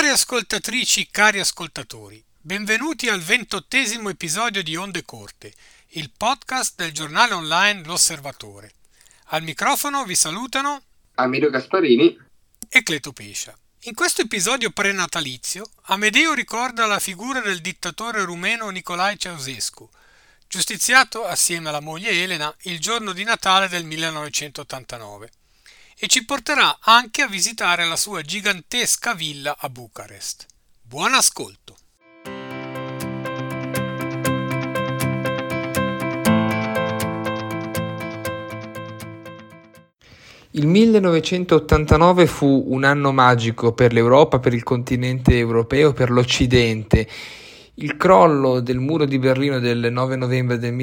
Care ascoltatrici, cari ascoltatori, benvenuti al 28° episodio di Onde Corte, il podcast del giornale online L'Osservatore. Al microfono vi salutano Amedeo Gasparini e Cleto Pescia. In questo episodio prenatalizio, Amedeo ricorda la figura del dittatore rumeno Nicolae Ceausescu, giustiziato assieme alla moglie Elena il giorno di Natale del 1989. E ci porterà anche a visitare la sua gigantesca villa a Bucarest. Buon ascolto! Il 1989 fu un anno magico per l'Europa, per il continente europeo, per l'Occidente. Il crollo del muro di Berlino del 9 novembre del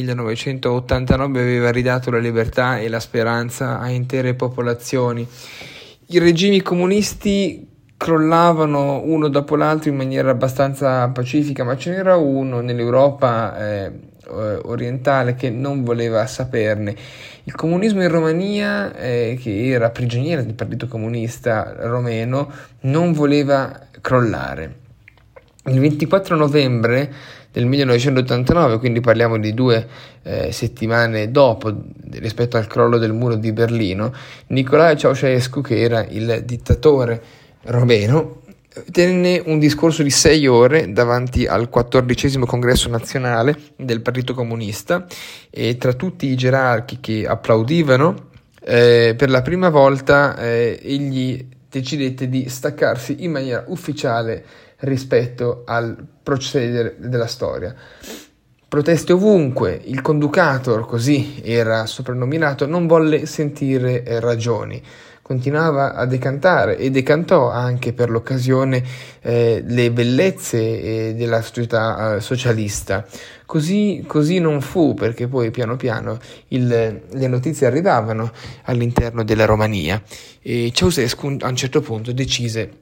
1989 aveva ridato la libertà e la speranza a intere popolazioni. I regimi comunisti crollavano uno dopo l'altro in maniera abbastanza pacifica, ma ce n'era uno nell'Europa orientale che non voleva saperne. Il comunismo in Romania, che era prigioniero del Partito Comunista Romeno, non voleva crollare. Il 24 novembre del 1989, quindi parliamo di 2 settimane dopo rispetto al crollo del muro di Berlino, Nicolae Ceausescu, che era il dittatore romeno, tenne un discorso di 6 ore davanti al 14° congresso nazionale del Partito Comunista e tra tutti i gerarchi che applaudivano, per la prima volta egli decidette di staccarsi in maniera ufficiale rispetto al procedere della storia. Proteste ovunque, il conducator, così era soprannominato, non volle sentire ragioni. Continuava a decantare e decantò anche per l'occasione le bellezze della società socialista. Così non fu, perché poi piano piano le notizie arrivavano all'interno della Romania e Ceausescu a un certo punto decise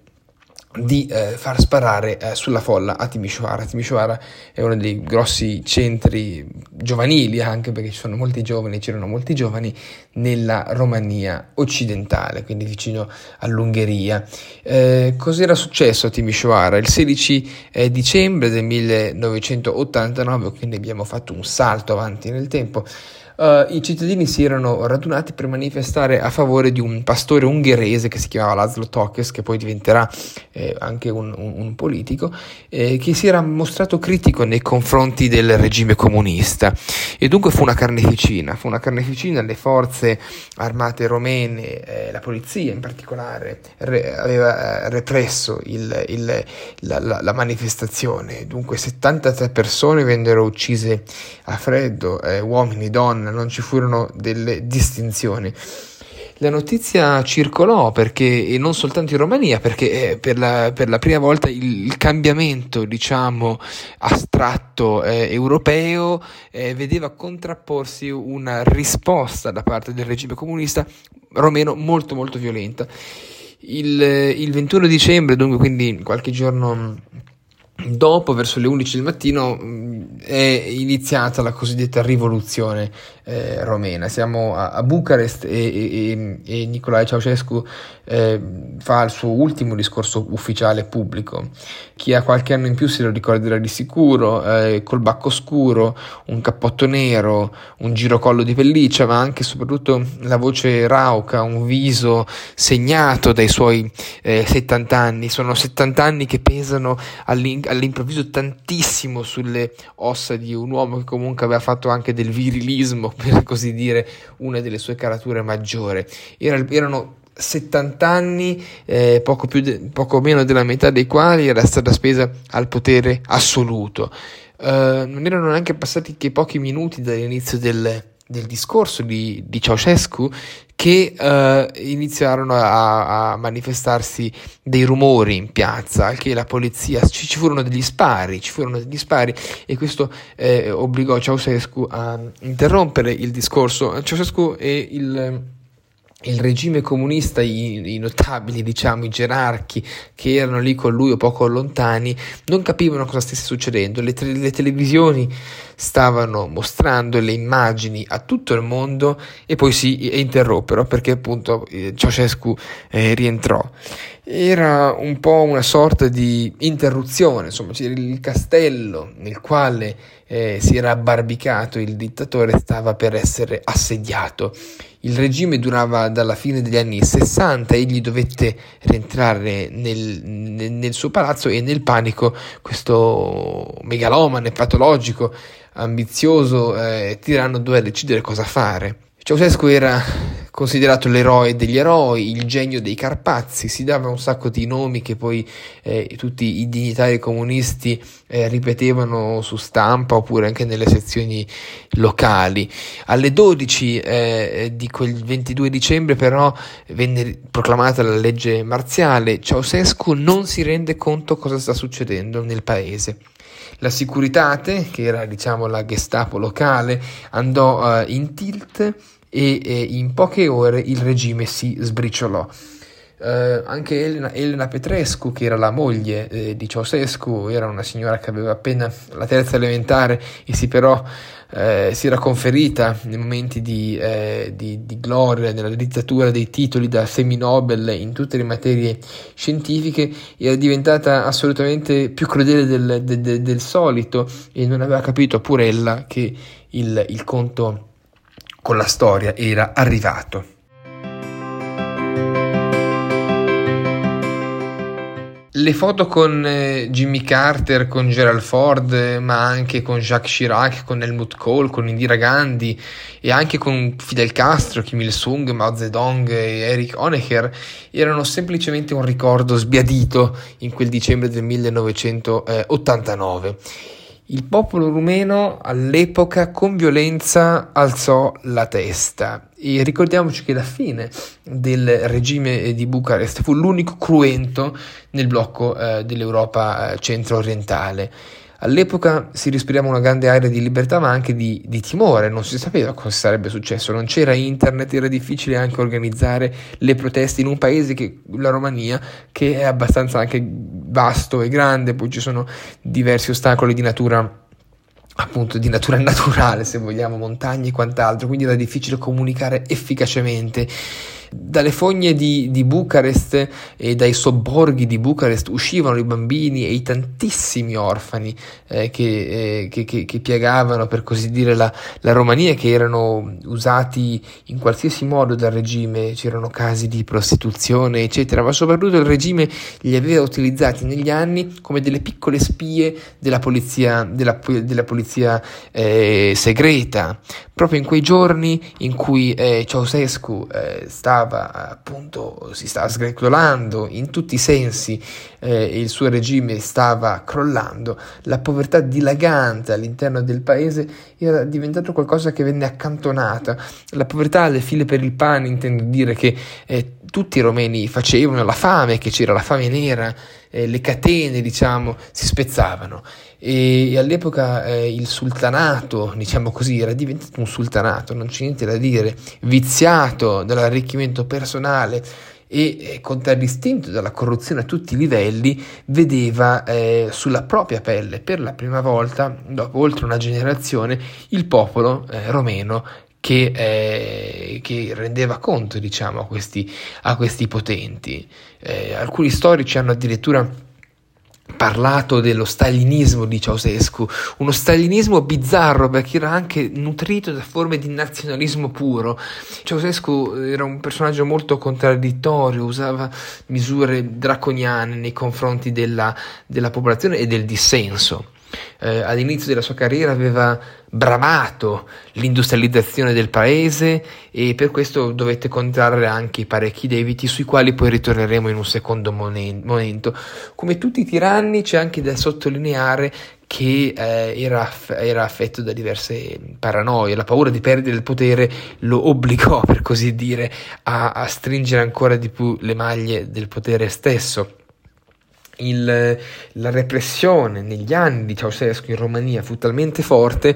di far sparare sulla folla a Timișoara. Timișoara è uno dei grossi centri giovanili, anche perché c'erano molti giovani nella Romania occidentale, quindi vicino all'Ungheria. Cos'era successo a Timișoara? Il 16 dicembre del 1989, quindi abbiamo fatto un salto avanti nel tempo. I cittadini si erano radunati per manifestare a favore di un pastore ungherese che si chiamava László Tokes, che poi diventerà anche un politico, che si era mostrato critico nei confronti del regime comunista e dunque fu una carneficina, le forze armate romene, la polizia in particolare aveva represso la manifestazione, dunque 73 persone vennero uccise a freddo, uomini, donne, non ci furono delle distinzioni. La notizia circolò perché, e non soltanto in Romania, perché per la prima volta il cambiamento, diciamo, astratto europeo vedeva contrapporsi una risposta da parte del regime comunista romeno molto molto violenta. Il 21 dicembre, dunque quindi qualche giorno dopo, verso le 11 del mattino, è iniziata la cosiddetta rivoluzione romena. Siamo a Bucarest e Nicolae Ceausescu fa il suo ultimo discorso ufficiale pubblico. Chi ha qualche anno in più se lo ricorderà di sicuro, col bacco scuro, un cappotto nero, un girocollo di pelliccia, ma anche e soprattutto la voce rauca, un viso segnato dai suoi 70 anni. Sono 70 anni che pesano all'improvviso tantissimo sulle ossa di un uomo che comunque aveva fatto anche del virilismo, per così dire, una delle sue carature maggiori. Erano 70 anni, poco meno della metà dei quali era stata spesa al potere assoluto. Non erano neanche passati che pochi minuti dall'inizio del discorso di Ceausescu che iniziarono a manifestarsi dei rumori in piazza, che la polizia, ci furono degli spari e questo obbligò Ceausescu a interrompere il discorso. Ceausescu e il regime comunista, i notabili, diciamo, i gerarchi che erano lì con lui o poco lontani, non capivano cosa stesse succedendo. Le televisioni stavano mostrando le immagini a tutto il mondo e poi si interrompero perché appunto Ceausescu rientrò. Era un po' una sorta di interruzione, insomma, il castello nel quale si era abbarbicato il dittatore stava per essere assediato. Il regime durava dalla fine degli anni 60, egli dovette rientrare nel suo palazzo e nel panico questo megalomane, patologico, ambizioso tiranno doveva decidere cosa fare. Ceausescu era considerato l'eroe degli eroi, il genio dei Carpazi, si dava un sacco di nomi che poi tutti i dignitari comunisti ripetevano su stampa oppure anche nelle sezioni locali. Alle 12 di quel 22 dicembre però venne proclamata la legge marziale. Ceausescu non si rende conto cosa sta succedendo nel paese. La Securitate, che era diciamo la Gestapo locale, andò in tilt e in poche ore il regime si sbriciolò. Anche Elena Petrescu, che era la moglie di Ceausescu, era una signora che aveva appena la terza elementare e si era conferita nei momenti di gloria nella dittatura dei titoli da seminobel in tutte le materie scientifiche, era diventata assolutamente più crudele del solito e non aveva capito pure ella che il conto con la storia era arrivato. Le foto con Jimmy Carter, con Gerald Ford, ma anche con Jacques Chirac, con Helmut Kohl, con Indira Gandhi e anche con Fidel Castro, Kim Il-sung, Mao Zedong e Erich Honecker erano semplicemente un ricordo sbiadito in quel dicembre del 1989. Il popolo rumeno all'epoca con violenza alzò la testa e ricordiamoci che la fine del regime di Bucarest fu l'unico cruento nel blocco dell'Europa centro-orientale. All'epoca si respirava una grande area di libertà ma anche di timore, non si sapeva cosa sarebbe successo, non c'era internet, era difficile anche organizzare le proteste in un paese la Romania, che è abbastanza anche vasto e grande, poi ci sono diversi ostacoli di natura naturale, se vogliamo, montagne e quant'altro, quindi era difficile comunicare efficacemente. Dalle fogne di Bucarest e dai sobborghi di Bucarest uscivano i bambini e i tantissimi orfani che piegavano, per così dire, la Romania, che erano usati in qualsiasi modo dal regime. C'erano casi di prostituzione eccetera, ma soprattutto il regime li aveva utilizzati negli anni come delle piccole spie della polizia segreta, proprio in quei giorni in cui Ceausescu si stava sgretolando in tutti i sensi, il suo regime stava crollando, la povertà dilagante all'interno del paese era diventato qualcosa che venne accantonata. La povertà alle file per il pane, intendo dire che tutti i romeni facevano la fame, che c'era la fame nera, le catene si spezzavano e all'epoca il sultanato, diciamo così, era diventato un sultanato, non c'è niente da dire, viziato dall'arricchimento personale e contraddistinto dalla corruzione a tutti i livelli, vedeva sulla propria pelle per la prima volta dopo oltre una generazione il popolo romeno che rendeva conto, diciamo, a questi potenti. Alcuni storici hanno addirittura parlato dello stalinismo di Ceausescu, uno stalinismo bizzarro perché era anche nutrito da forme di nazionalismo puro. Ceausescu era un personaggio molto contraddittorio, usava misure draconiane nei confronti della popolazione e del dissenso. All'inizio della sua carriera aveva bramato l'industrializzazione del paese e per questo dovette contrarre anche parecchi debiti sui quali poi ritorneremo in un secondo momento. Come tutti i tiranni c'è anche da sottolineare che era affetto da diverse paranoie. La paura di perdere il potere lo obbligò, per così dire, a stringere ancora di più le maglie del potere stesso. La repressione negli anni di Ceausescu in Romania fu talmente forte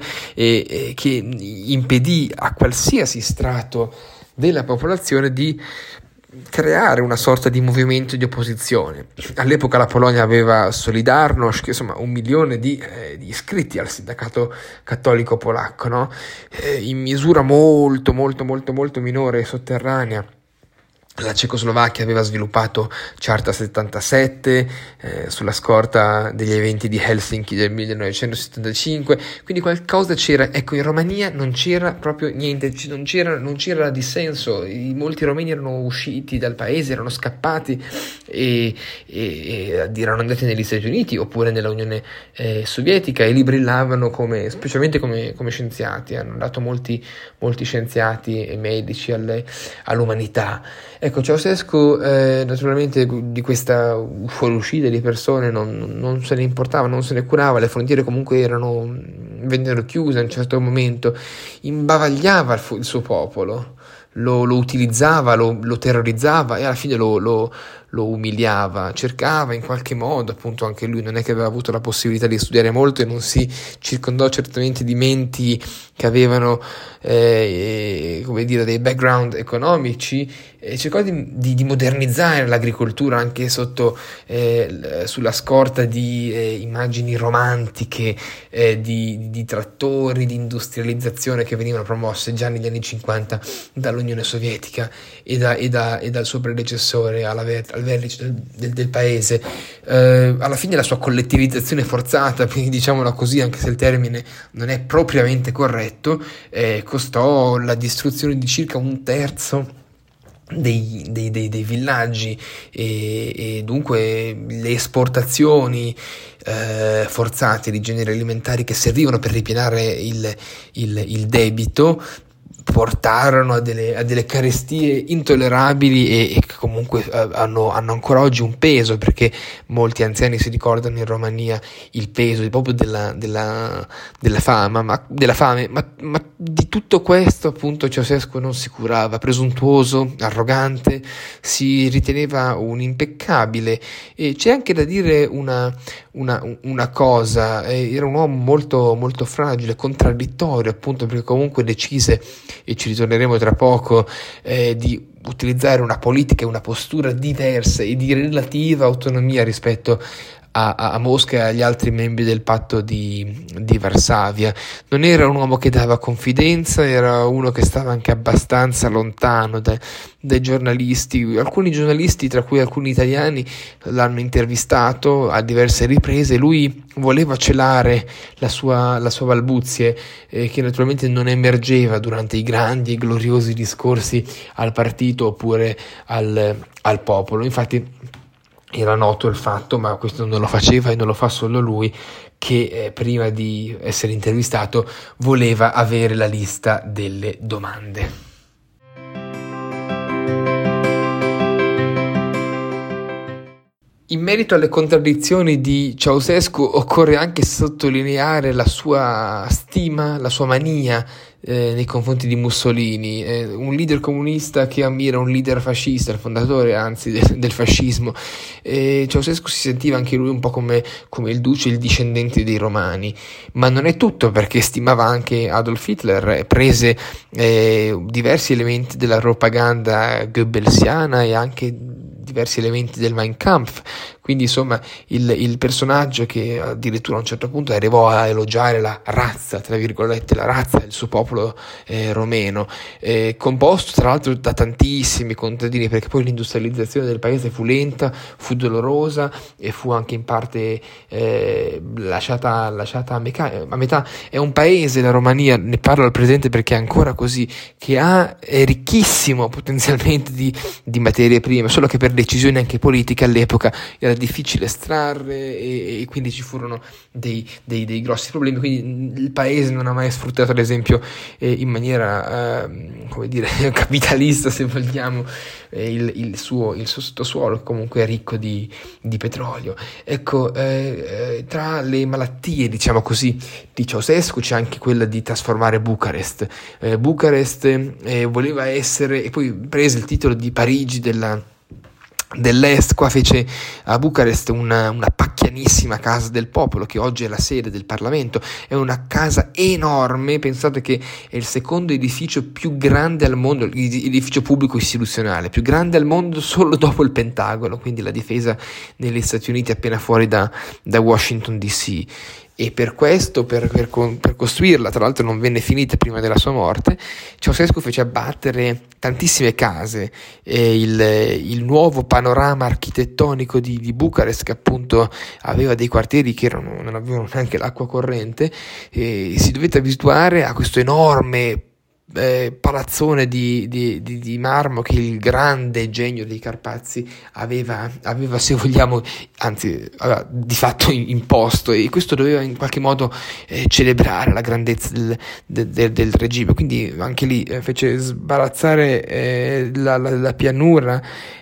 che impedì a qualsiasi strato della popolazione di creare una sorta di movimento di opposizione. All'epoca la Polonia aveva Solidarność, che insomma 1 milione di iscritti al sindacato cattolico polacco, no? In misura molto minore e sotterranea. La Cecoslovacchia aveva sviluppato Charta 77 sulla scorta degli eventi di Helsinki del 1975, quindi qualcosa c'era. Ecco, in Romania non c'era proprio niente, non c'era dissenso. Molti romeni erano usciti dal paese, erano scappati e erano andati negli Stati Uniti oppure nella Unione Sovietica, e lì brillavano specialmente come scienziati. Hanno dato molti scienziati e medici all'umanità. Ecco, Ceausescu naturalmente di questa fuoriuscita di persone non se ne importava, non se ne curava. Le frontiere comunque vennero chiuse a un certo momento, imbavagliava il suo popolo, lo utilizzava, lo terrorizzava e alla fine lo umiliava, cercava in qualche modo, appunto anche lui non è che aveva avuto la possibilità di studiare molto e non si circondò certamente di menti che avevano dei background economici, e cercò di modernizzare l'agricoltura anche sulla scorta di immagini romantiche di trattori, di industrializzazione che venivano promosse già negli anni 50 dall'Unione Sovietica e dal suo predecessore al vertice del paese. Alla fine la sua collettivizzazione forzata, diciamola così, anche se il termine non è propriamente corretto, costò la distruzione di circa 1/3 dei villaggi e dunque le esportazioni forzate di generi alimentari che servivano per ripianare il debito portarono a delle carestie intollerabili e che comunque hanno ancora oggi un peso, perché molti anziani si ricordano in Romania il peso proprio della fame, ma di tutto questo appunto Ceausescu non si curava, presuntuoso, arrogante, si riteneva un impeccabile. E c'è anche da dire una cosa, era un uomo molto fragile, contraddittorio, appunto perché comunque decise, e ci ritorneremo tra poco, di utilizzare una politica e una postura diversa e di relativa autonomia rispetto a Mosca e agli altri membri del patto di Varsavia. Non era un uomo che dava confidenza, era uno che stava anche abbastanza lontano dai giornalisti. Alcuni giornalisti, tra cui alcuni italiani, l'hanno intervistato a diverse riprese. Lui voleva celare la sua balbuzie, che naturalmente non emergeva durante i grandi e gloriosi discorsi al partito oppure al popolo. Infatti era noto il fatto, ma questo non lo faceva e non lo fa solo lui, che prima di essere intervistato voleva avere la lista delle domande. In merito alle contraddizioni di Ceausescu occorre anche sottolineare la sua stima, la sua mania nei confronti di Mussolini, un leader comunista che ammira un leader fascista, il fondatore anzi del fascismo. Ceausescu si sentiva anche lui un po' come il duce, il discendente dei romani, ma non è tutto, perché stimava anche Adolf Hitler, prese diversi elementi della propaganda goebbelsiana e anche diversi elementi del Mein Kampf. Quindi insomma il personaggio che addirittura a un certo punto arrivò a elogiare la razza, tra virgolette, la razza del suo popolo romeno, composto tra l'altro da tantissimi contadini, perché poi l'industrializzazione del paese fu lenta, fu dolorosa e fu anche in parte lasciata a metà. È un paese, la Romania, ne parlo al presente perché è ancora così, che è ricchissimo potenzialmente di materie prime, solo che per decisioni anche politiche all'epoca era difficile estrarre e quindi ci furono dei grossi problemi. Quindi il paese non ha mai sfruttato, ad esempio, in maniera capitalista, se vogliamo, il suo sottosuolo, che comunque è ricco di petrolio. Ecco, tra le malattie, diciamo così, di Ceausescu c'è anche quella di trasformare Bucarest. Bucarest voleva essere, e poi prese il titolo di Parigi dell'est. Qua fece a Bucarest una pacchianissima casa del popolo, che oggi è la sede del Parlamento. È una casa enorme, pensate che è il secondo edificio più grande al mondo, edificio pubblico istituzionale più grande al mondo solo dopo il Pentagono, quindi la difesa negli Stati Uniti appena fuori da Washington DC. E per questo, per costruirla, tra l'altro non venne finita prima della sua morte, Ceausescu fece abbattere tantissime case. Il nuovo panorama architettonico di Bucarest, che appunto aveva dei quartieri che non avevano neanche l'acqua corrente, si dovette abituare a questo enorme palazzone di marmo che il grande genio dei Carpazi aveva, se vogliamo, anzi aveva di fatto imposto, e questo doveva in qualche modo celebrare la grandezza del regime. Quindi anche lì fece sbarazzare la pianura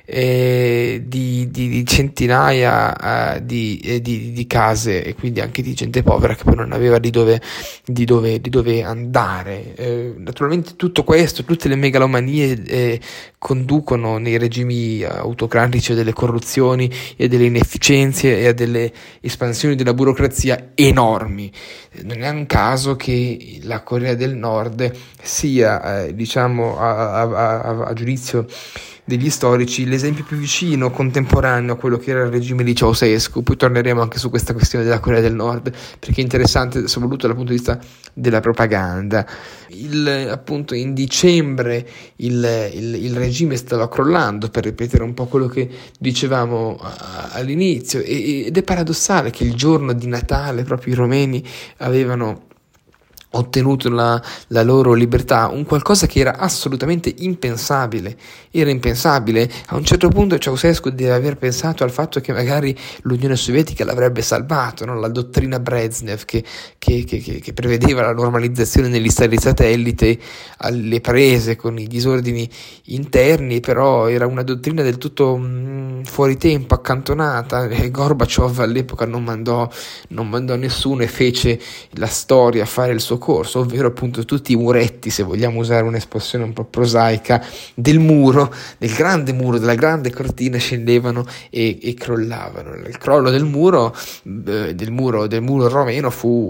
di centinaia di case, e quindi anche di gente povera che poi non aveva di dove andare. Naturalmente tutto questo, tutte le megalomanie conducono nei regimi autocratici a delle corruzioni e a delle inefficienze e a delle espansioni della burocrazia enormi. Non è un caso che la Corea del Nord sia, diciamo, a giudizio degli storici, l'esempio più vicino, contemporaneo a quello che era il regime di Ceausescu. Poi torneremo anche su questa questione della Corea del Nord, perché è interessante soprattutto dal punto di vista della propaganda. Appunto in dicembre il regime stava crollando, per ripetere un po' quello che dicevamo all'inizio, ed è paradossale che il giorno di Natale proprio i romeni avevano ottenuto la loro libertà, un qualcosa che era assolutamente impensabile. Era impensabile. A un certo punto Ceausescu deve aver pensato al fatto che magari l'Unione Sovietica l'avrebbe salvato, no? La dottrina Brezhnev che prevedeva la normalizzazione negli stati satellite alle prese con i disordini interni, però era una dottrina del tutto fuori tempo, accantonata. Gorbaciov all'epoca non mandò nessuno e fece la storia a fare il suo corso, ovvero appunto tutti i muretti, se vogliamo usare un'espressione un po' prosaica, del muro, del grande muro, della grande cortina, scendevano e crollavano. Il crollo del muro romeno fu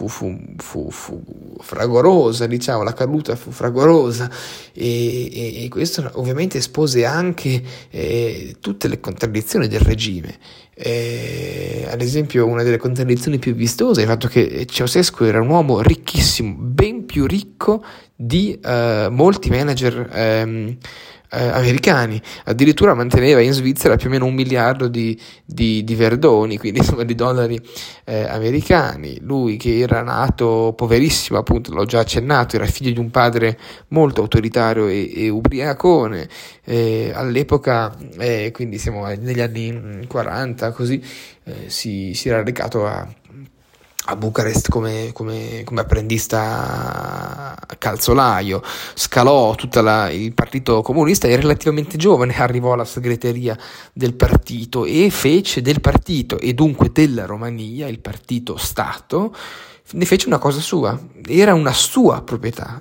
fragorosa, diciamo, la caduta fu fragorosa, e questo ovviamente espose anche tutte le contraddizioni del regime. Ad esempio, una delle contraddizioni più vistose è il fatto che Ceausescu era un uomo ricchissimo, ben più ricco di molti manager americani. Addirittura manteneva in Svizzera più o meno 1 miliardo di verdoni, quindi insomma di dollari americani. Lui, che era nato poverissimo, appunto l'ho già accennato, era figlio di un padre molto autoritario e ubriacone, all'epoca, quindi siamo negli anni 40, così, si era recato a Bucarest come apprendista calzolaio, scalò il partito comunista, e relativamente giovane arrivò alla segreteria del partito e fece del partito, e dunque della Romania, il partito Stato, ne fece una cosa sua. Era una sua proprietà.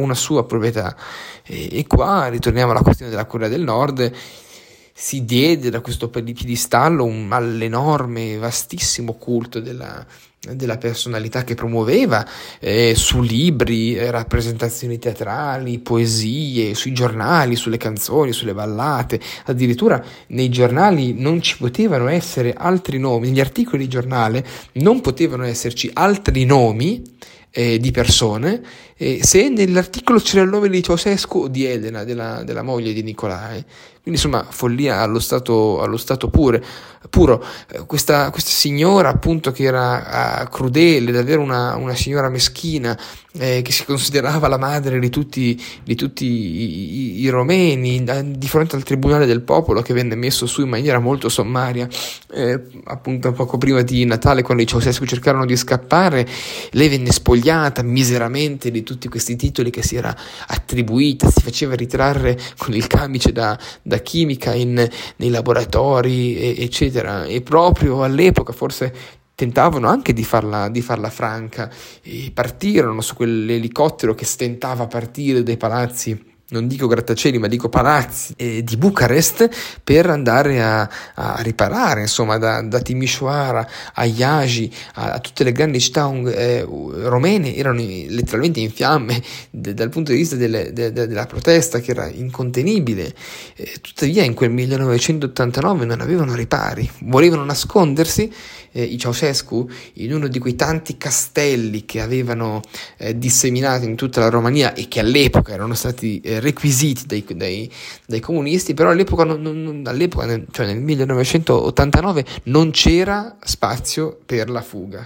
E qua ritorniamo alla questione della Corea del Nord. Si diede da questo piedistallo all'enorme, vastissimo culto della personalità che promuoveva, su libri, rappresentazioni teatrali, poesie, sui giornali, sulle canzoni, sulle ballate. Addirittura nei giornali non ci potevano essere altri nomi, negli articoli di giornale non potevano esserci altri nomi di persone, se nell'articolo c'era il nome di Ceausescu o di Elena, della moglie di Nicolae. Quindi insomma follia allo stato puro. Questa signora, appunto, che era crudele, davvero una signora meschina, che si considerava la madre di tutti i romeni, di fronte al tribunale del popolo, che venne messo su in maniera molto sommaria, appunto poco prima di Natale, quando i Ceausescu cercarono di scappare. Lei venne spogliata miseramente di tutti questi titoli che si era attribuita, si faceva ritrarre con il camice da chimica nei laboratori, eccetera, e proprio all'epoca forse tentavano anche di farla franca, e partirono su quell'elicottero che stentava a partire dai palazzi non dico grattacieli, ma dico palazzi di Bucarest per andare a riparare, insomma, da Timișoara a Iași, a tutte le grandi città romene erano letteralmente in fiamme dal punto di vista della protesta, che era incontenibile. Tuttavia in quel 1989 non avevano ripari, volevano nascondersi i Ceausescu in uno di quei tanti castelli che avevano disseminato in tutta la Romania e che all'epoca erano stati requisiti dai comunisti, però all'epoca, cioè nel 1989, non c'era spazio per la fuga.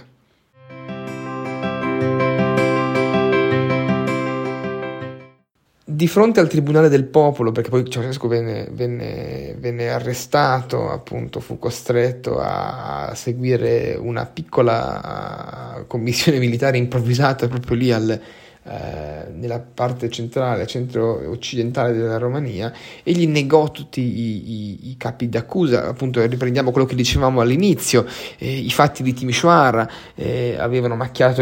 Di fronte al Tribunale del Popolo, perché poi Ceausescu venne arrestato, appunto fu costretto a seguire una piccola commissione militare improvvisata proprio lì nella parte centrale, centro-occidentale della Romania, e gli negò tutti i capi d'accusa. Appunto, riprendiamo quello che dicevamo all'inizio, i fatti di Timișoara avevano macchiato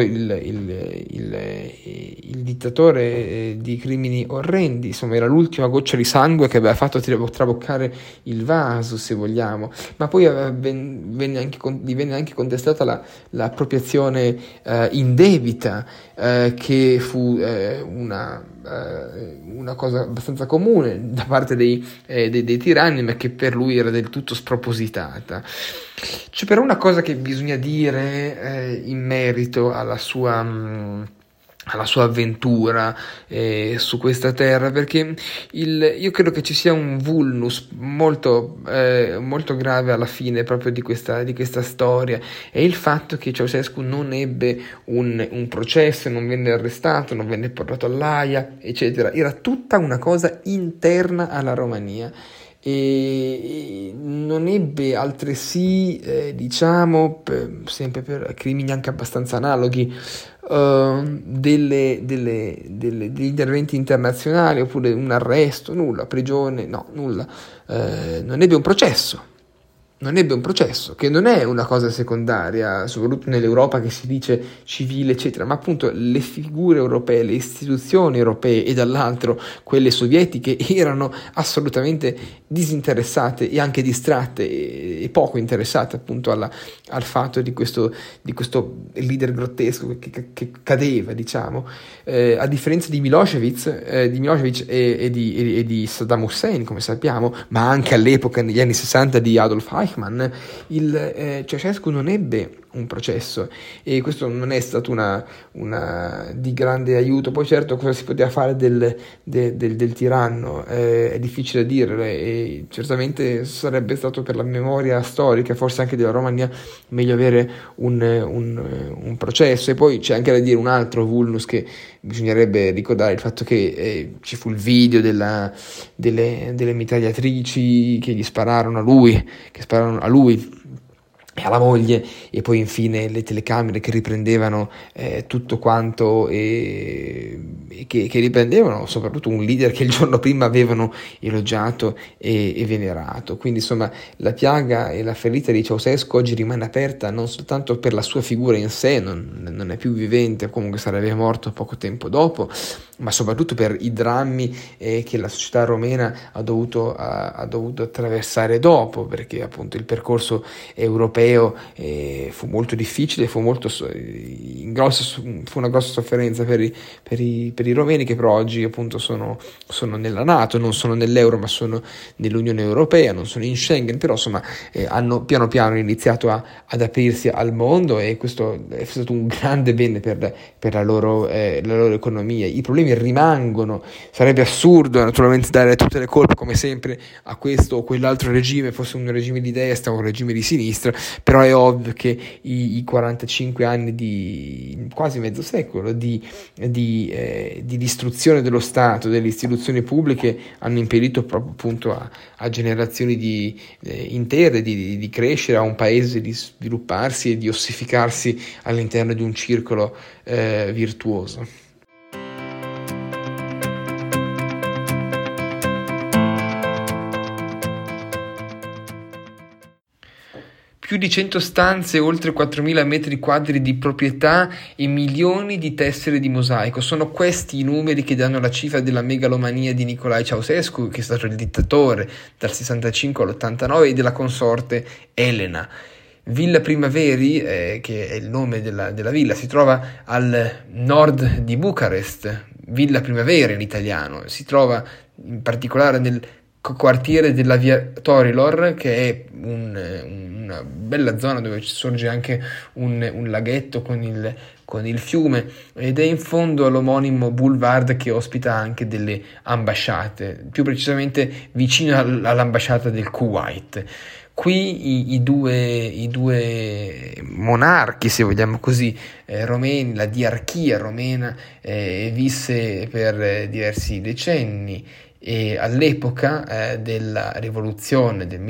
il dittatore di crimini orrendi, insomma era l'ultima goccia di sangue che aveva fatto traboccare il vaso, se vogliamo, ma poi gli venne anche contestata l'appropriazione indebita, che fu una cosa abbastanza comune da parte dei tiranni, ma che per lui era del tutto spropositata. C'è però una cosa che bisogna dire in merito alla sua avventura su questa terra, perché io credo che ci sia un vulnus molto grave alla fine proprio di questa storia, è il fatto che Ceausescu non ebbe un processo, non venne arrestato, non venne portato all'Aia, eccetera. Era tutta una cosa interna alla Romania e non ebbe altresì, sempre per crimini anche abbastanza analoghi, degli interventi internazionali oppure un arresto, nulla, prigione, no, nulla. Non ebbe un processo, che non è una cosa secondaria, soprattutto nell'Europa che si dice civile, eccetera, ma appunto le figure europee, le istituzioni europee e dall'altro quelle sovietiche erano assolutamente disinteressate e anche distratte e poco interessate appunto al fatto di questo leader grottesco che cadeva, diciamo, a differenza di Milošević e di Saddam Hussein, come sappiamo, ma anche all'epoca, negli anni 60, di Adolf Eichmann. Ceausescu non ebbe un processo e questo non è stato una di grande aiuto. Poi certo, cosa si poteva fare del tiranno è difficile da dire, e certamente sarebbe stato, per la memoria storica forse anche della Romania, meglio avere un processo. E poi c'è anche da dire un altro vulnus che bisognerebbe ricordare, il fatto che ci fu il video delle mitragliatrici che spararono a lui e alla moglie, e poi infine le telecamere che riprendevano tutto quanto e che riprendevano soprattutto un leader che il giorno prima avevano elogiato e venerato. Quindi insomma la piaga e la ferita di Ceausescu oggi rimane aperta, non soltanto per la sua figura in sé, non è più vivente, comunque sarebbe morto poco tempo dopo, ma soprattutto per i drammi che la società romena ha dovuto attraversare dopo, perché appunto il percorso europeo fu molto difficile, fu una grossa sofferenza per i romeni, che però oggi appunto sono nella NATO, non sono nell'euro ma sono nell'Unione Europea, non sono in Schengen, però insomma hanno piano piano iniziato ad aprirsi al mondo, e questo è stato un grande bene per la loro economia. I problemi rimangono, sarebbe assurdo naturalmente dare tutte le colpe come sempre a questo o quell'altro regime, fosse un regime di destra o un regime di sinistra, però è ovvio che i 45 anni di quasi mezzo secolo di distruzione dello Stato, delle istituzioni pubbliche, hanno impedito proprio appunto a generazioni intere di crescere, a un paese di svilupparsi e di ossificarsi all'interno di un circolo virtuoso. più di 100 stanze, oltre 4.000 metri quadri di proprietà e milioni di tessere di mosaico. Sono questi i numeri che danno la cifra della megalomania di Nicolae Ceausescu, che è stato il dittatore dal 65 all'89, e della consorte Elena. Villa Primaveri, che è il nome della villa, si trova al nord di Bucarest. Villa Primavera in italiano, si trova in particolare nel quartiere della via Torilor, che è una bella zona dove sorge anche un laghetto con il fiume, ed è in fondo all'omonimo boulevard che ospita anche delle ambasciate, più precisamente vicino all'ambasciata del Kuwait. Qui i due monarchi, se vogliamo così, romeni, la diarchia romena visse per diversi decenni, e all'epoca della rivoluzione del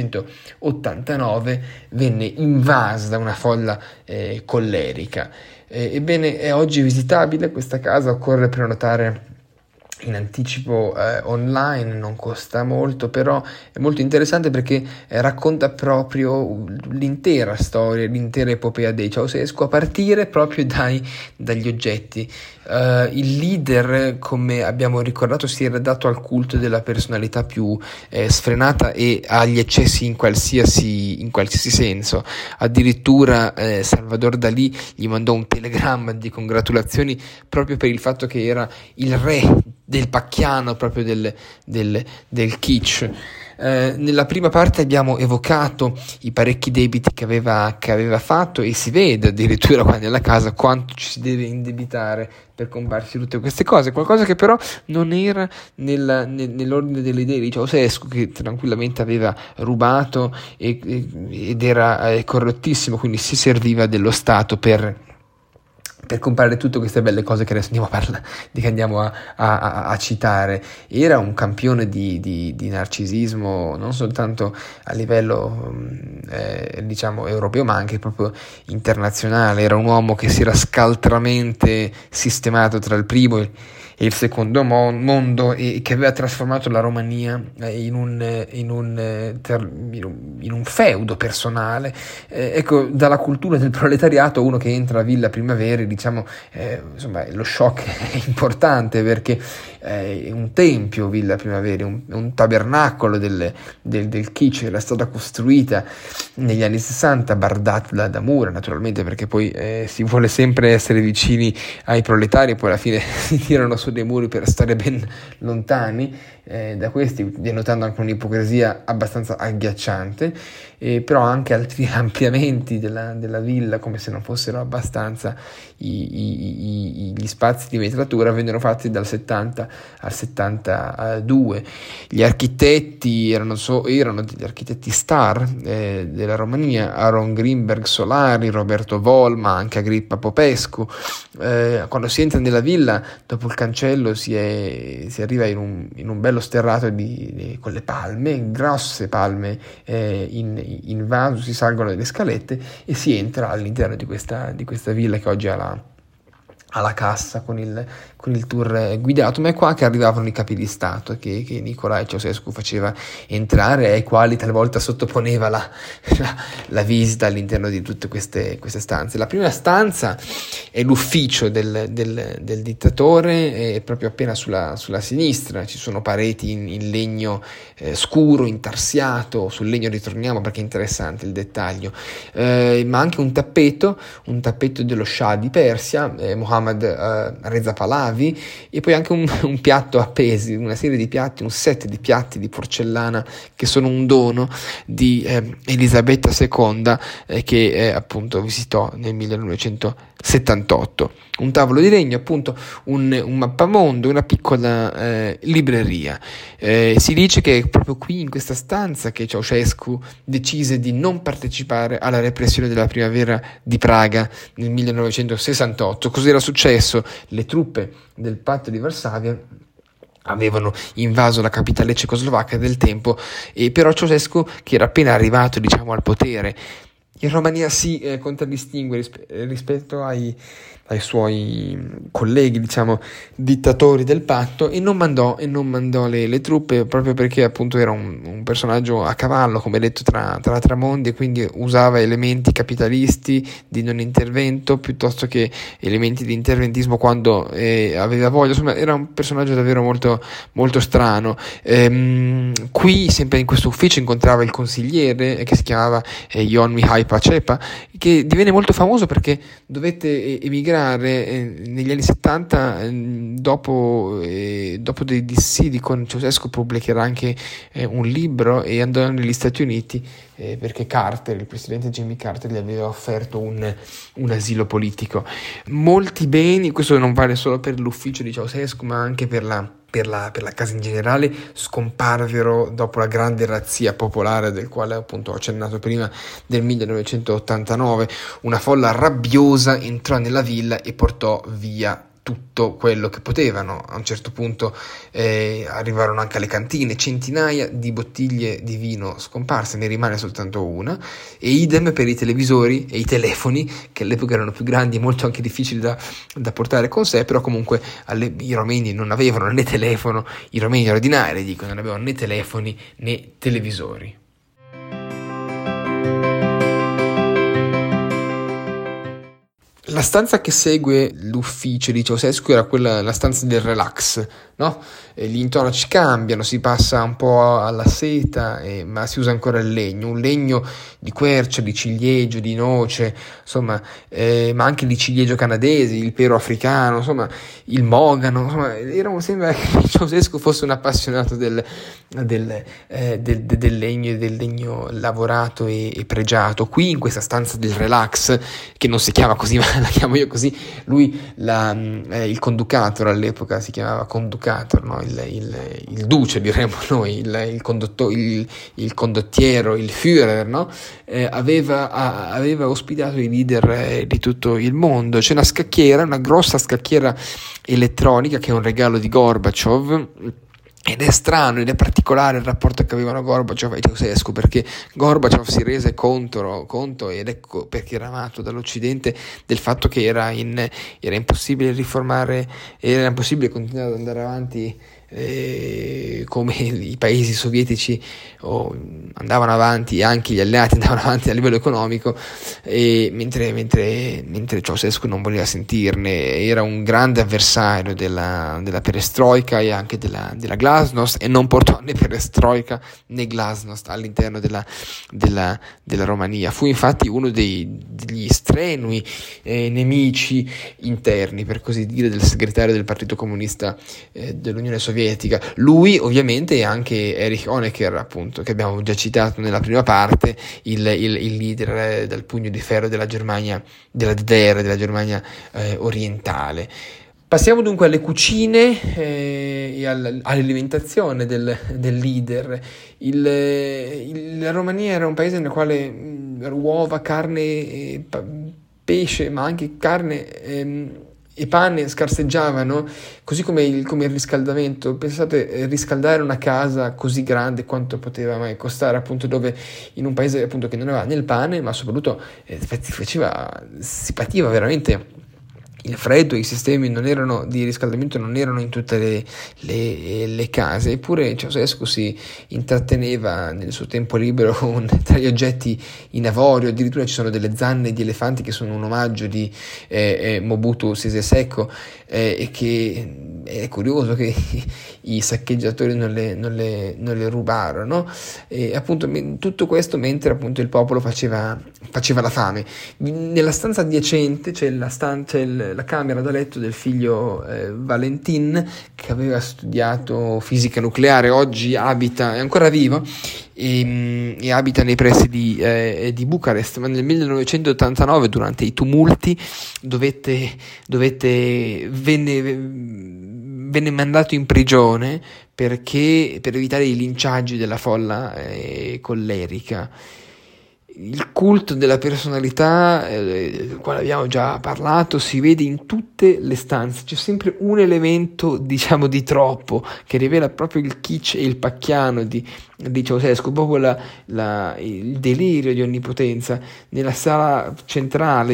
1989 venne invasa da una folla collerica. Ebbene, è oggi visitabile questa casa, occorre prenotare in anticipo online, non costa molto, però è molto interessante perché racconta proprio l'intera storia, l'intera epopea dei Ceausescu, a partire proprio dagli oggetti. Il leader, come abbiamo ricordato, si era dato al culto della personalità più sfrenata e agli eccessi in qualsiasi senso. Addirittura Salvador Dalì gli mandò un telegramma di congratulazioni proprio per il fatto che era il re del pacchiano, proprio del kitsch. Nella prima parte abbiamo evocato i parecchi debiti che aveva fatto, e si vede addirittura qua nella casa quanto ci si deve indebitare per comprarsi tutte queste cose, qualcosa che però non era nell'ordine delle idee di Ceausescu, che tranquillamente aveva rubato ed era corrottissimo, quindi si serviva dello Stato per comprare tutte queste belle cose che adesso andiamo a citare. Era un campione di narcisismo, non soltanto a livello diciamo europeo, ma anche proprio internazionale. Era un uomo che si era scaltramente sistemato tra il primo e il secondo mondo, e che aveva trasformato la Romania in un feudo personale. Ecco, dalla cultura del proletariato, uno che entra a Villa Primavera, diciamo, insomma, lo shock è importante, perché è un tempio Villa Primavera, un tabernacolo del kitsch. Era stata costruita negli anni 60, bardata da mura, naturalmente, perché poi si vuole sempre essere vicini ai proletari, e poi alla fine si tirano su dei muri per stare ben lontani da questi, denotando anche un'ipocrisia abbastanza agghiacciante. Però anche altri ampliamenti della villa, come se non fossero abbastanza gli spazi di metratura, vennero fatti dal 70 al 72. Gli architetti erano degli architetti star della Romania: Aaron Greenberg Solari, Roberto Volma, anche Agrippa Popescu. Quando si entra nella villa, dopo il cancello si arriva in un bello sterrato con le palme, grosse palme in vaso. Si salgono delle scalette e si entra all'interno di questa villa, che oggi ha la cassa con il tour guidato. Ma è qua che arrivavano i capi di Stato che Nicolae Ceausescu faceva entrare, ai quali talvolta sottoponeva la visita all'interno di tutte queste stanze. La prima stanza è l'ufficio del dittatore, è proprio appena sulla sinistra. Ci sono pareti in legno scuro, intarsiato. Sul legno ritorniamo perché è interessante il dettaglio, ma anche un tappeto dello Shah di Persia, Mohammed Reza Pahlavi, e poi anche un piatto a pesi, una serie di piatti, un set di piatti di porcellana che sono un dono di Elisabetta II, che appunto visitò nel 1978. Un tavolo di legno, appunto, un mappamondo, una piccola libreria. Si dice che è proprio qui, in questa stanza, che Ceausescu decise di non partecipare alla repressione della primavera di Praga nel 1968. Cos'era successo? Le truppe del patto di Varsavia avevano invaso la capitale cecoslovacca del tempo, e però Ceausescu, che era appena arrivato, diciamo, al potere, In Romania si contraddistingue rispetto ai suoi colleghi, diciamo, dittatori del patto, e non mandò le truppe, proprio perché appunto era un personaggio a cavallo, come detto, tra mondi, e quindi usava elementi capitalisti di non intervento piuttosto che elementi di interventismo quando aveva voglia. Insomma, era un personaggio davvero molto, molto strano. Qui, sempre in questo ufficio, incontrava il consigliere che si chiamava Ion Mihai Pacepa, che divenne molto famoso perché dovette emigrare negli anni 70, dopo dei dissidi con Ceausescu. Pubblicherà anche un libro e andò negli Stati Uniti perché Carter, il presidente Jimmy Carter, gli aveva offerto un asilo politico. Molti beni, questo non vale solo per l'ufficio di Ceausescu ma anche per la casa in generale, scomparvero dopo la grande razzia popolare del quale appunto ho accennato prima, del 1989. Una folla rabbiosa entrò nella villa e portò via tutto quello che potevano. A un certo punto arrivarono anche alle cantine, centinaia di bottiglie di vino scomparse, ne rimane soltanto una, e idem per i televisori e i telefoni, che all'epoca erano più grandi e molto anche difficili da portare con sé, però comunque i romeni non avevano né telefono, i romeni ordinari, non avevano né telefoni né televisori. La stanza che segue l'ufficio di Ceausescu era la stanza del relax, no? Gli intonaci cambiano, si passa un po' alla seta, ma si usa ancora il legno, un legno di quercia, di ciliegio, di noce, insomma, ma anche di ciliegio canadese, il pero africano, insomma, il mogano, insomma, sembra che Ceausescu fosse un appassionato del legno e del legno lavorato e pregiato. Qui, in questa stanza del relax, che non si chiama così, ma la chiamo io così, lui il conducator, all'epoca si chiamava conducator, no? Il duce, diremmo noi, il condottiero, il Führer, no? Aveva ospitato i leader di tutto il mondo. C'è una grossa scacchiera elettronica che è un regalo di Gorbaciov. Ed è strano ed è particolare il rapporto che avevano Gorbaciov e Ceausescu, perché Gorbaciov si rese conto, ed ecco perché era amato dall'Occidente, del fatto che era impossibile riformare, era impossibile continuare ad andare avanti come i paesi sovietici andavano avanti, anche gli alleati andavano avanti a livello economico, mentre Ceausescu non voleva sentirne. Era un grande avversario della perestroika e anche della glasnost, e non portò né perestroika né glasnost all'interno della Romania. Fu infatti uno degli strenui nemici interni, per così dire, del segretario del Partito Comunista dell'Unione Sovietica. Lui, ovviamente, e anche Erich Honecker, appunto, che abbiamo già citato nella prima parte, il leader dal pugno di ferro della Germania, della DDR, della Germania orientale. Passiamo dunque alle cucine e all'alimentazione del leader. La Romania era un paese nel quale uova, carne, pesce, ma anche carne e pane scarseggiavano, così come il riscaldamento. Pensate, riscaldare una casa così grande quanto poteva mai costare, appunto, dove in un paese appunto che non aveva né il pane, ma soprattutto si pativa veramente il freddo. I sistemi di riscaldamento non erano in tutte le case, eppure Ceausescu si intratteneva nel suo tempo libero tra gli oggetti in avorio. Addirittura ci sono delle zanne di elefanti che sono un omaggio di Mobutu Sese Seko, e che è curioso che i saccheggiatori non le rubarono, e appunto tutto questo mentre appunto il popolo faceva la fame. Nella stanza adiacente c'è la camera da letto del figlio Valentin, che aveva studiato fisica nucleare. Oggi è ancora vivo e abita nei pressi di Bucarest, ma nel 1989, durante i tumulti, venne mandato in prigione per evitare i linciaggi della folla collerica. Il culto della personalità, del quale abbiamo già parlato, si vede in tutte le stanze. C'è sempre un elemento, diciamo, di troppo, che rivela proprio il kitsch e il pacchiano di Ceausescu, proprio il delirio di onnipotenza. Nella sala centrale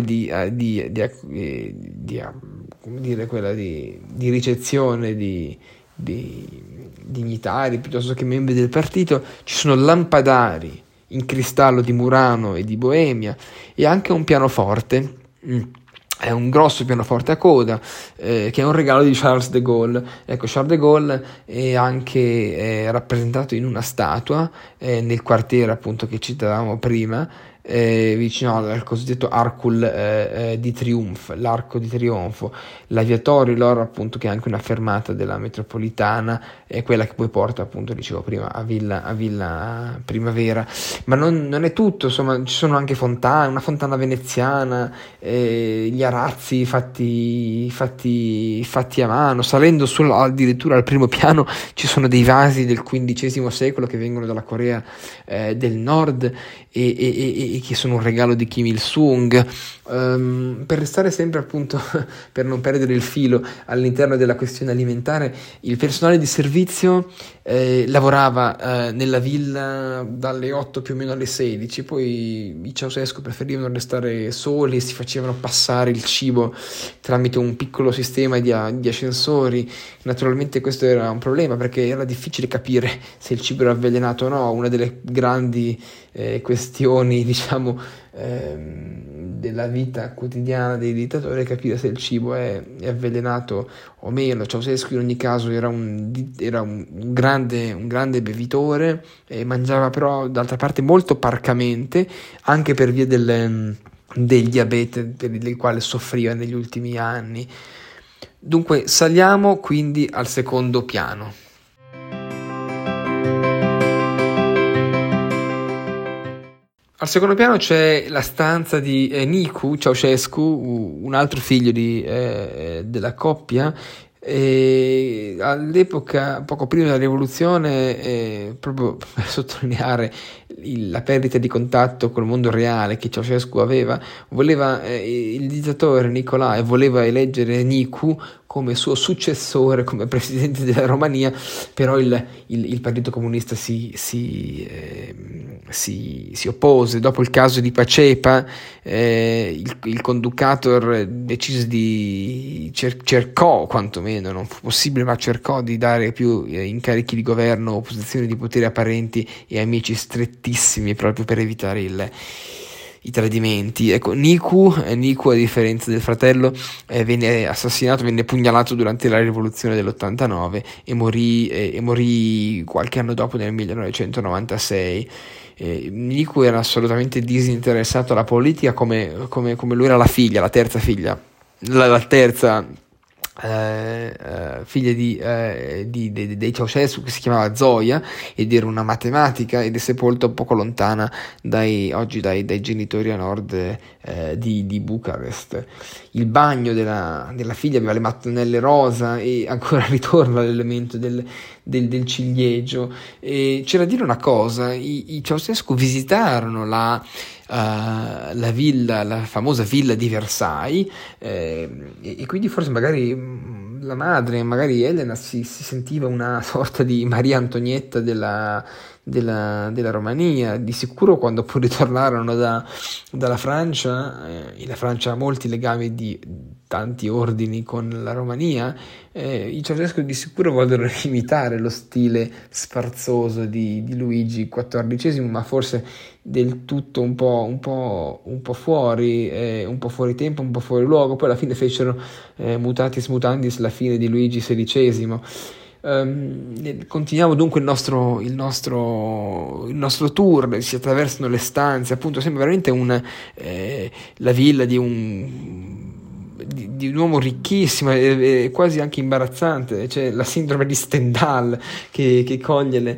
come dire, quella di ricezione di dignitari piuttosto che membri del partito, ci sono lampadari in cristallo di Murano e di Boemia, e anche un pianoforte. È un grosso pianoforte a coda, che è un regalo di Charles de Gaulle. Ecco, Charles de Gaulle è anche rappresentato in una statua nel quartiere, appunto, che citavamo prima, vicino al cosiddetto Arcul di Triomphe, l'arco di trionfo. L'aviatorio loro, appunto, che è anche una fermata della metropolitana, è quella che poi porta, appunto, dicevo prima, a Villa Primavera. Ma non è tutto, insomma, ci sono anche fontane, una fontana veneziana, gli arazzi fatti a mano. Salendo addirittura al primo piano ci sono dei vasi del XV secolo che vengono dalla Corea del Nord e che sono un regalo di Kim Il-sung. Per restare sempre, appunto, per non perdere il filo all'interno della questione alimentare, il personale di servizio lavorava nella villa dalle 8 più o meno alle 16, poi i Ceausescu preferivano restare soli e si facevano passare il cibo tramite un piccolo sistema di ascensori. Naturalmente questo era un problema, perché era difficile capire se il cibo era avvelenato o no. Una delle grandi questioni, diciamo, della vita quotidiana dei dittatori è capire se il cibo è avvelenato o meno. Ceausescu in ogni caso era un grande bevitore, e mangiava però d'altra parte molto parcamente, anche per via del diabete del quale soffriva negli ultimi anni. Dunque saliamo quindi al secondo piano. Al secondo piano c'è la stanza di Nicu Ceausescu, un altro figlio della coppia. E all'epoca, poco prima della rivoluzione, proprio per sottolineare la perdita di contatto col mondo reale che Ceausescu aveva, il dittatore Nicolae voleva eleggere Nicu come suo successore, come presidente della Romania, però il Partito Comunista si oppose. Dopo il caso di Pacepa, il conducator decise cercò, quantomeno, non fu possibile, ma cercò di dare più incarichi di governo o posizioni di potere apparenti e amici strettissimi, proprio per evitare i tradimenti. Ecco, Nicu, a differenza del fratello, venne pugnalato durante la rivoluzione dell'89 e morì qualche anno dopo, nel 1996. Nicu era assolutamente disinteressato alla politica, come lui era la terza figlia dei Ceausescu, che si chiamava Zoya, ed era una matematica, ed è sepolta poco lontana dai genitori a nord di Bucarest. Il bagno della figlia aveva le mattonelle rosa, e ancora ritorna l'elemento del ciliegio. E c'era da dire una cosa: i Ceausescu visitarono la famosa villa di Versailles, e quindi forse magari la madre, magari Elena, si sentiva una sorta di Maria Antonietta della Romania. Di sicuro, quando poi ritornarono dalla Francia, e la Francia ha molti legami di tanti ordini con la Romania, i Ceausescu di sicuro vollero imitare lo stile sfarzoso di Luigi XIV, ma forse del tutto un po' fuori tempo, un po' fuori luogo. Poi alla fine fecero mutatis mutandis la fine di Luigi XVI. Continuiamo dunque il nostro tour. Si attraversano le stanze, appunto, sembra veramente la villa di di un uomo ricchissimo e quasi anche imbarazzante. C'è la sindrome di Stendhal che coglie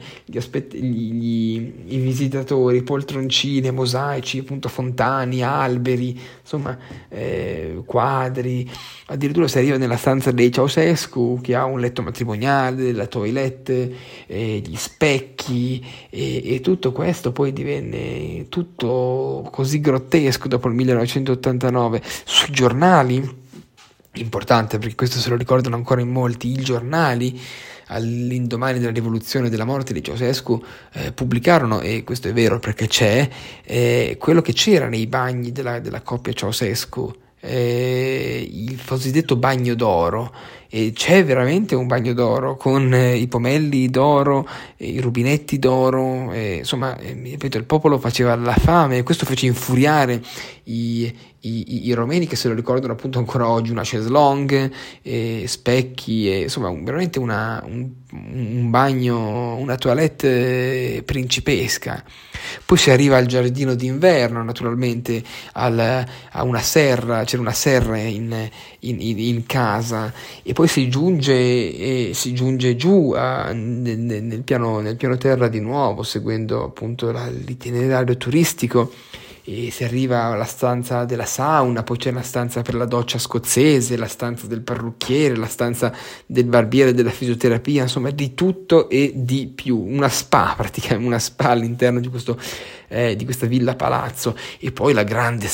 i visitatori, poltroncine, mosaici, appunto fontane, alberi, insomma quadri. Addirittura si arriva nella stanza dei Ceausescu, che ha un letto matrimoniale, la toilette, gli specchi, e tutto questo poi divenne tutto così grottesco dopo il 1989 sui giornali. Importante, perché questo se lo ricordano ancora in molti, i giornali all'indomani della rivoluzione, della morte di Ceausescu, pubblicarono, e questo è vero perché c'è, quello che c'era nei bagni della coppia Ceausescu, il cosiddetto bagno d'oro. E c'è veramente un bagno d'oro con i pomelli d'oro, i rubinetti d'oro, insomma, ripeto, il popolo faceva la fame, e questo fece infuriare i romeni, che se lo ricordano appunto ancora oggi, una chaiselong, specchi, insomma veramente un bagno, una toilette principesca. Poi si arriva al giardino d'inverno, naturalmente, a una serra, c'era una serra in casa, e poi si giunge giù nel piano terra di nuovo, seguendo appunto l'itinerario turistico, e si arriva alla stanza della sauna, poi c'è la stanza per la doccia scozzese, la stanza del parrucchiere, la stanza del barbiere, della fisioterapia, insomma di tutto e di più, una spa, praticamente una spa all'interno di questa villa palazzo. E poi la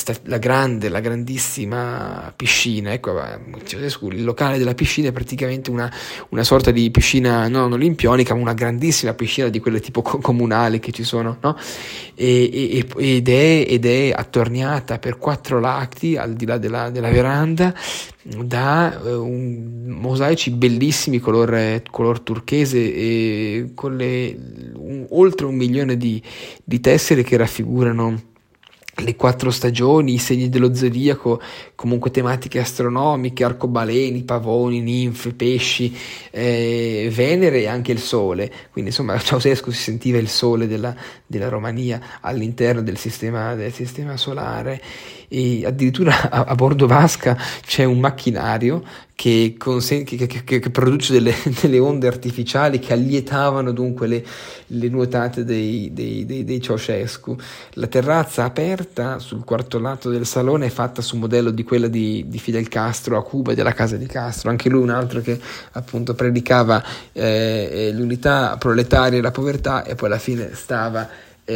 grandissima piscina. Ecco, il locale della piscina è praticamente una sorta di piscina non olimpionica, ma una grandissima piscina di quelle tipo comunali che ci sono, no? Ed è attorniata per 4 lati al di là della veranda da mosaici bellissimi color turchese, e con oltre 1 milione di tessere che raffigurano le 4 stagioni, i segni dello zodiaco, comunque tematiche astronomiche, arcobaleni, pavoni, ninfe, pesci, Venere e anche il Sole. Quindi insomma Ceausescu si sentiva il Sole della Romania all'interno del sistema solare. E addirittura a bordo vasca c'è un macchinario che produce delle onde artificiali che allietavano dunque le nuotate dei Ceausescu. La terrazza aperta sul quarto lato del salone è fatta su modello di quella di Fidel Castro a Cuba, della casa di Castro, anche lui un altro che appunto predicava l'unità proletaria e la povertà, e poi alla fine stava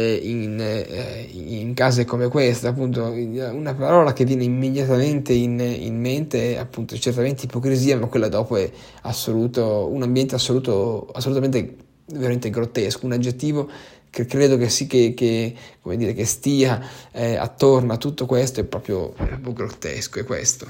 in case come questa. Appunto, una parola che viene immediatamente in mente è appunto certamente ipocrisia, ma quella dopo è un ambiente assolutamente veramente grottesco, un aggettivo che credo che sì, che stia attorno a tutto questo, è proprio grottesco, è questo.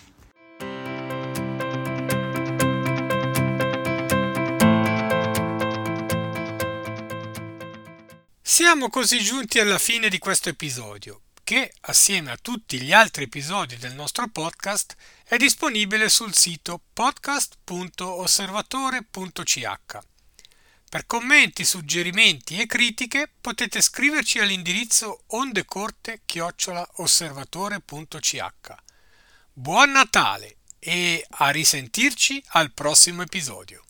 Siamo così giunti alla fine di questo episodio, che, assieme a tutti gli altri episodi del nostro podcast, è disponibile sul sito podcast.osservatore.ch. Per commenti, suggerimenti e critiche potete scriverci all'indirizzo ondecorte@osservatore.ch. Buon Natale e a risentirci al prossimo episodio.